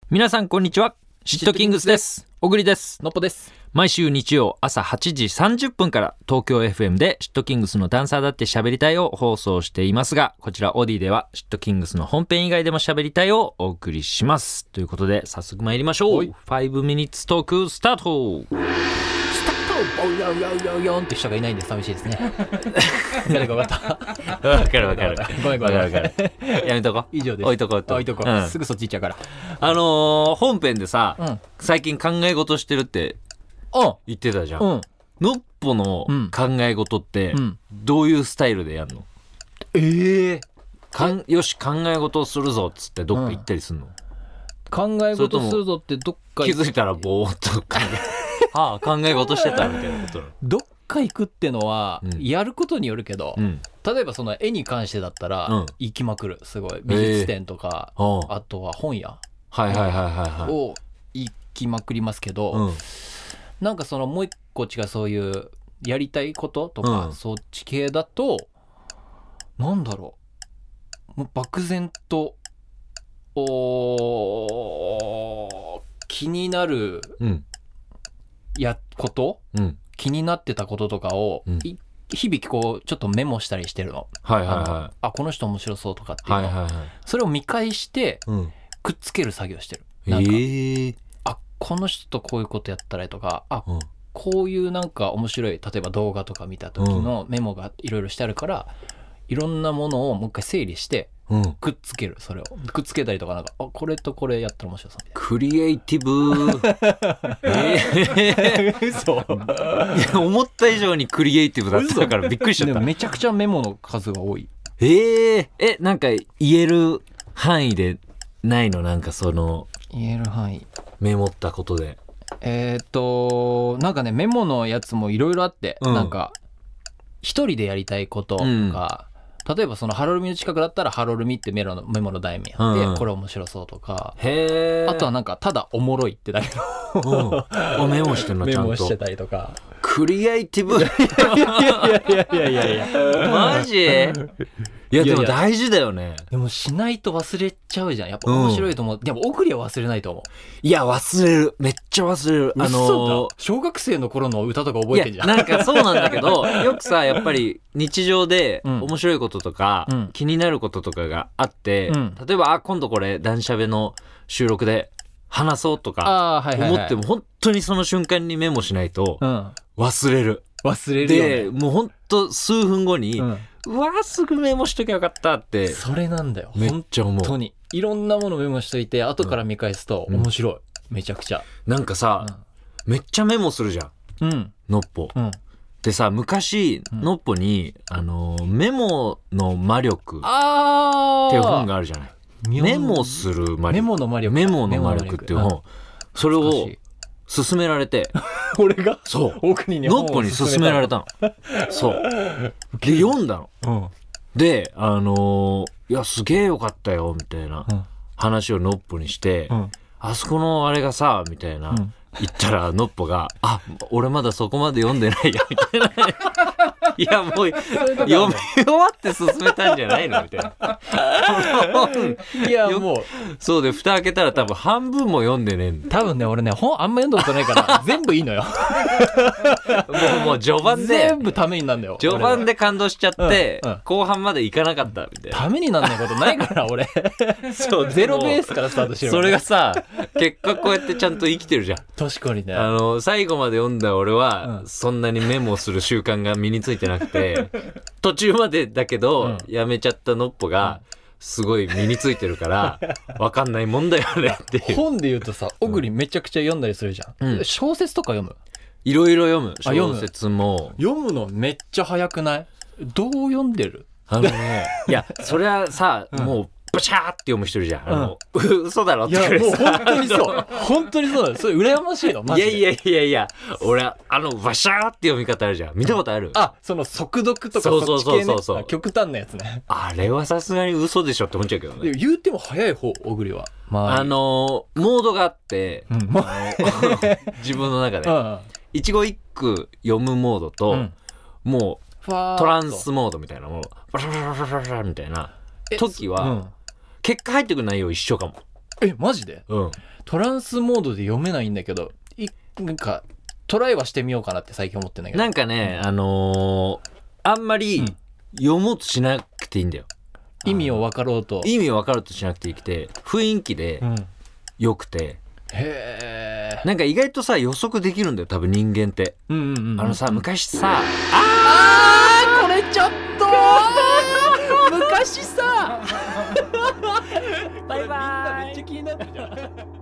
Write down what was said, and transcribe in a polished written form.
皆さんこんにちは。シットキングスです。小栗です。 のっぽです。 毎週日曜朝8時30分から東京 FM でシットキングスのダンサーだって喋りたいを放送していますが、こちらオディではシットキングスの本編以外でも喋りたいをお送りします。ということで早速参りましょう。5 minutes トークスタート。 ボヨヨヨヨンって人がいないんで寂しいですね。誰か分かった。 わかるわかる。 ごめん。 やめとこ。 以上です。 置いとこ。うん、 すぐそっち行っちゃうから。 本編でさ、最近考え事してるって言ってたじゃん。のっぽの考え事ってどういうスタイルでやんの？よし考え事をするぞっつってどっか行ったりすんの？ 考え事するぞってどっか気づいたらぼーっと考え事してたみたいなこと。 どっか行くってのはやることによるけど、例えばその絵に関してだったら行きまくる。すごい美術展とか、あとは本屋を行きまくりますけど、なんかそのもう一個違うそういうやりたいこととか、そっち系だとなんだろう、もう漠然と気になること、気になってたこととかを、日々こうちょっとメモしたりしてるの。あ、この人面白そうとかっていうの、それを見返してくっつける作業してる。なんか、あ、この人とこういうことやったらとか、あ、こういうなんか面白い例えば動画とか見た時のメモがいろいろしてあるから、いろんなものをもう一回整理してくっつける。それをくっつけたりとか、なんか、あ、これとこれやったら面白そうみたいな。 クリエイティブ嘘。いや思った以上にクリエイティブだったからびっくりしちゃった。 でもめちゃくちゃメモの数が多い。 なんか言える範囲でないの？なんかその言える範囲メモったことでなんかね、メモのやつもいろいろあって、なんか一人でやりたいこととか、例えばそのハロルミの近くだったらハロルミってメモの題名あって、これ面白そうとか、あとはなんかただおもろいってだけのメモしてんのちゃんとメモしてたりとか。 クリエイティブ。いやマジ？いやでも大事だよね。 でもしないと忘れちゃうじゃん。やっぱ面白いと思う。でもオグリは忘れないと思う。 いや忘れる。めっちゃ忘れる。 小学生の頃の歌とか覚えてんじゃん。 なんかそうなんだけど、よくさやっぱり日常で面白いこととか、気になることとかがあって、例えば今度これ男しゃべの収録で話そうとか思っても、本当にその瞬間にメモしないと忘れる。 でもう本当数分後に、うわーすぐメモしときゃよかったって。 それなんだよ。 めっちゃ思う。 本当にいろんなものメモしといて後から見返すと面白い。めちゃくちゃなんかさ、めっちゃメモするじゃん、のっぽ、でさ、昔、のっぽにメモの魔力っていう本があるじゃない。メモする魔力、メモの魔力っていう本、それを勧められて俺がそうのっぽに勧められたの。そうで読んだの、でいやすげえよかったよみたいな話をのっぽにして、あそこのあれがさみたいな言ったら、のっぽがあ俺まだそこまで読んでないよみたいないやもう読み終わって進めたんじゃないのみたいな。 いやもうそうで蓋開けたら多分半分も読んでねえんだ。 多分ね、俺ね本あんま読んだことないから全部いいのよ。 もう序盤で全部ためになるんだよ。 序盤で感動しちゃって、後半までいかなかったみたいな。 ためになんないことないから俺。そうゼロベースからスタートしてる。 それがさ結果こうやってちゃんと生きてるじゃん。 確かにね。 最後まで読んだ俺は、そんなにメモする習慣が身についてなくて、途中までだけど、やめちゃったのっぽが、すごい身についてるから分かんないもんだよねっていう。 本で言うとさ、小栗めちゃくちゃ読んだりするじゃん、小説とか読む？ いろいろ読む。小説も読むのめっちゃ早くない？どう読んでる？ いやそれはさ、もうバシャーって読む人いるじゃん。嘘だろってくらいさ。 いやもう本当にそう本当にそうだよ。それ羨ましいのマジで。 いや俺バシャーって読み方あるじゃん。見たことある？ あ、その速読とかそっち系ね。極端なやつね。 あれはさすがに嘘でしょって思っちゃうけどね。 言うても早い方、小栗は。 モードがあって、自分の中で一語一句読むモードと、もうトランスモードみたいなもの、バシャバシャバシャバシャみたいな時は、結果入ってくる内容一緒かも。 マジで？ トランスモードで読めないんだけど、なんかトライはしてみようかなって最近思ってんだけど。 なんかね、あんまり読もうとしなくていいんだよ。 意味を分かろうとしなくていいくて、雰囲気でよくて、 へえ。 なんか意外とさ予測できるんだよ多分人間って。昔さ、 これちょっと昔さバイバイ。みんなめっちゃ気になってるじゃん。